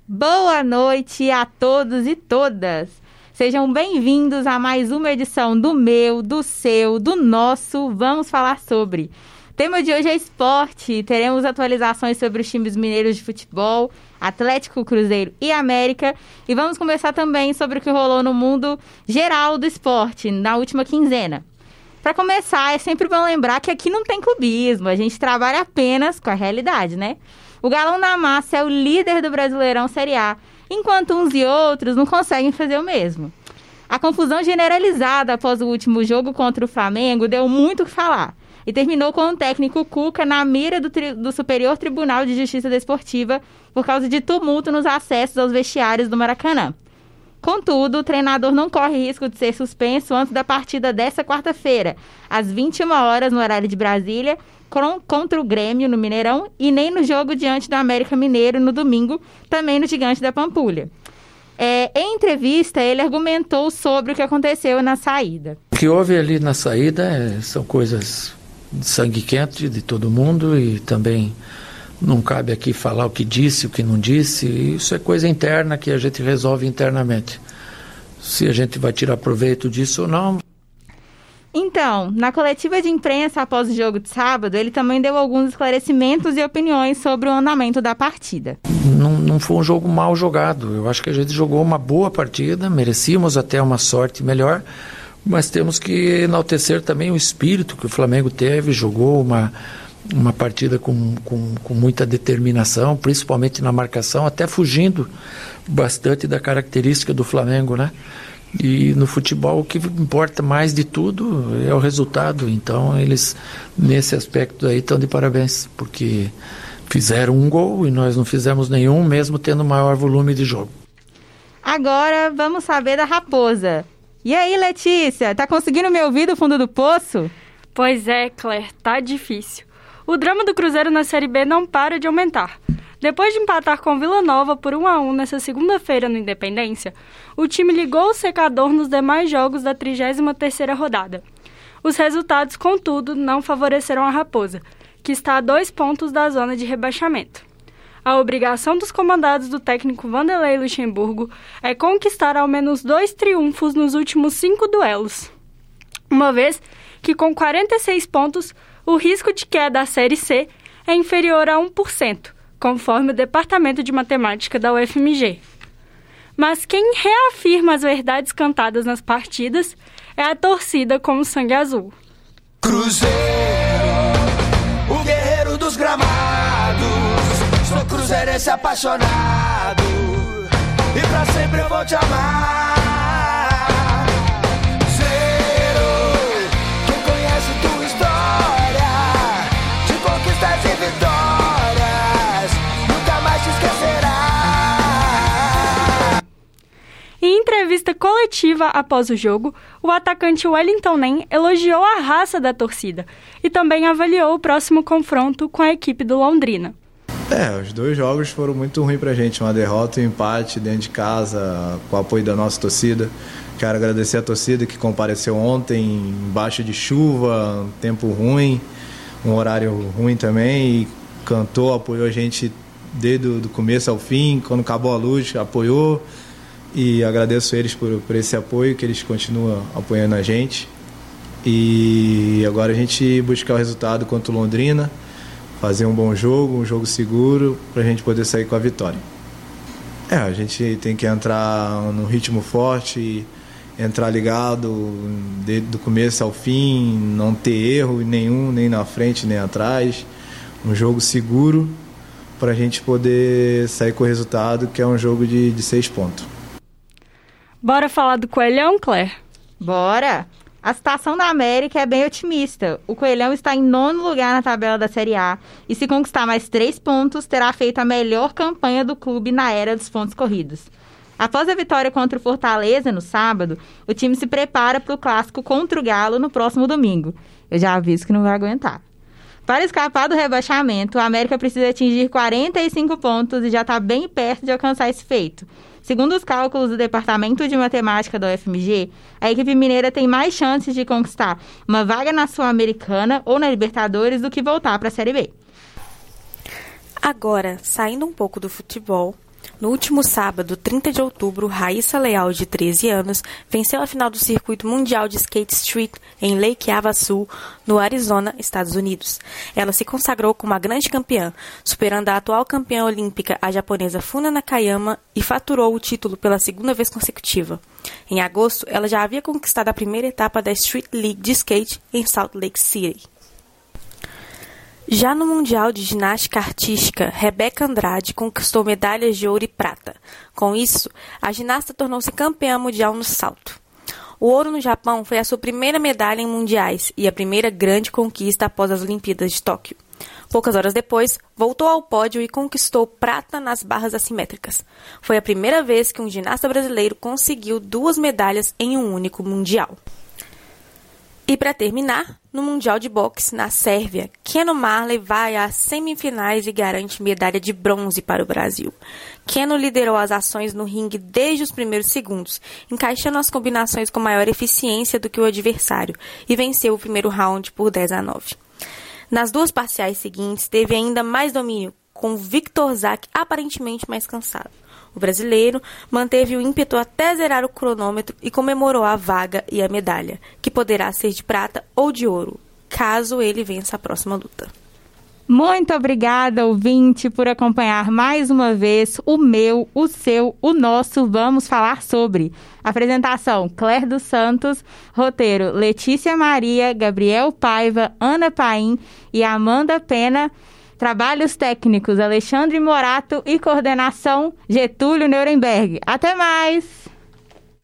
Boa noite a todos e todas. Sejam bem-vindos a mais uma edição do meu, do seu, do nosso Vamos Falar Sobre. O tema de hoje é esporte. Teremos atualizações sobre os times mineiros de futebol, Atlético, Cruzeiro e América. E vamos conversar também sobre o que rolou no mundo geral do esporte na última quinzena. Para começar, é sempre bom lembrar que aqui não tem clubismo, a gente trabalha apenas com a realidade, né? O Galão da Massa é o líder do Brasileirão Série A, enquanto uns e outros não conseguem fazer o mesmo. A confusão generalizada após o último jogo contra o Flamengo deu muito o que falar e terminou com o técnico Cuca na mira do Superior Tribunal de Justiça Desportiva por causa de tumulto nos acessos aos vestiários do Maracanã. Contudo, o treinador não corre risco de ser suspenso antes da partida desta quarta-feira, às 21 horas no horário de Brasília, contra o Grêmio no Mineirão e nem no jogo diante do América Mineiro no domingo, também no Gigante da Pampulha. Em entrevista, ele argumentou sobre o que aconteceu na saída. O que houve ali na saída são coisas de sangue quente de todo mundo e também não cabe aqui falar o que disse, o que não disse. Isso é coisa interna que a gente resolve internamente. Se a gente vai tirar proveito disso ou não. Então, na coletiva de imprensa após o jogo de sábado, ele também deu alguns esclarecimentos e opiniões sobre o andamento da partida. Não foi um jogo mal jogado. Eu acho que a gente jogou uma boa partida, merecíamos até uma sorte melhor, mas temos que enaltecer também o espírito que o Flamengo teve, jogou uma partida com muita determinação, principalmente na marcação, até fugindo bastante da característica do Flamengo, né? E no futebol o que importa mais de tudo é o resultado. Então eles, nesse aspecto aí, estão de parabéns, porque fizeram um gol e nós não fizemos nenhum, mesmo tendo maior volume de jogo. Agora vamos saber da Raposa. E aí, Letícia, tá conseguindo me ouvir do fundo do poço? Pois é, Claire, tá difícil. O drama do Cruzeiro na Série B não para de aumentar. Depois de empatar com Vila Nova por 1-1 nessa segunda-feira no Independência, o time ligou o secador nos demais jogos da 33ª rodada. Os resultados, contudo, não favoreceram a Raposa, que está a 2 pontos da zona de rebaixamento. A obrigação dos comandados do técnico Vanderlei Luxemburgo é conquistar ao menos 2 triunfos nos últimos 5 duelos, uma vez que com 46 pontos, o risco de queda da Série C é inferior a 1%, conforme o Departamento de Matemática da UFMG. Mas quem reafirma as verdades cantadas nas partidas é a torcida com o sangue azul. Cruzeiro, o guerreiro dos gramados, sou cruzeirense apaixonado e pra sempre eu vou te amar. Em entrevista coletiva após o jogo, o atacante Wellington Nem elogiou a raça da torcida e também avaliou o próximo confronto com a equipe do Londrina. Os 2 jogos foram muito ruins pra gente, uma derrota e um empate dentro de casa, com o apoio da nossa torcida. Quero agradecer a torcida que compareceu ontem, embaixo de chuva, um tempo ruim, um horário ruim também, e cantou, apoiou a gente desde o começo ao fim, quando acabou a luz, apoiou. E agradeço eles por esse apoio, que eles continuam apoiando a gente. E agora a gente buscar o resultado contra o Londrina, fazer um bom jogo, um jogo seguro, para a gente poder sair com a vitória. A gente tem que entrar num ritmo forte, entrar ligado desde o começo ao fim, não ter erro nenhum, nem na frente nem atrás. Um jogo seguro para a gente poder sair com o resultado, que é um jogo de 6 pontos. Bora falar do Coelhão, Claire? Bora! A situação da América é bem otimista. O Coelhão está em 9º lugar na tabela da Série A e, se conquistar mais 3 pontos, terá feito a melhor campanha do clube na era dos pontos corridos. Após a vitória contra o Fortaleza no sábado, o time se prepara para o clássico contra o Galo no próximo domingo. Eu já aviso que não vai aguentar. Para escapar do rebaixamento, o América precisa atingir 45 pontos e já está bem perto de alcançar esse feito. Segundo os cálculos do Departamento de Matemática da UFMG, a equipe mineira tem mais chances de conquistar uma vaga na Sul-Americana ou na Libertadores do que voltar para a Série B. Agora, saindo um pouco do futebol, No último sábado, 30 de outubro, Raíssa Leal, de 13 anos, venceu a final do Circuito Mundial de Skate Street em Lake Havasu, no Arizona, Estados Unidos. Ela se consagrou como a grande campeã, superando a atual campeã olímpica, a japonesa Funa Nakayama, e faturou o título pela segunda vez consecutiva. Em agosto, ela já havia conquistado a primeira etapa da Street League de skate em Salt Lake City. Já no Mundial de Ginástica Artística, Rebeca Andrade conquistou medalhas de ouro e prata. Com isso, a ginasta tornou-se campeã mundial no salto. O ouro no Japão foi a sua primeira medalha em mundiais e a primeira grande conquista após as Olimpíadas de Tóquio. Poucas horas depois, voltou ao pódio e conquistou prata nas barras assimétricas. Foi a primeira vez que um ginasta brasileiro conseguiu 2 medalhas em um único mundial. E para terminar, no Mundial de Boxe, na Sérvia, Keno Marley vai às semifinais e garante medalha de bronze para o Brasil. Keno liderou as ações no ringue desde os primeiros segundos, encaixando as combinações com maior eficiência do que o adversário, e venceu o primeiro round por 10-9. Nas 2 parciais seguintes, teve ainda mais domínio, com Victor Zak aparentemente mais cansado. O brasileiro manteve o ímpeto até zerar o cronômetro e comemorou a vaga e a medalha, que poderá ser de prata ou de ouro, caso ele vença a próxima luta. Muito obrigada, ouvinte, por acompanhar mais uma vez o meu, o seu, o nosso Vamos Falar Sobre. Apresentação, Claire dos Santos. Roteiro, Letícia Maria, Gabriel Paiva, Ana Paim e Amanda Pena. Trabalhos técnicos, Alexandre Morato e coordenação, Getúlio Nuremberg. Até mais!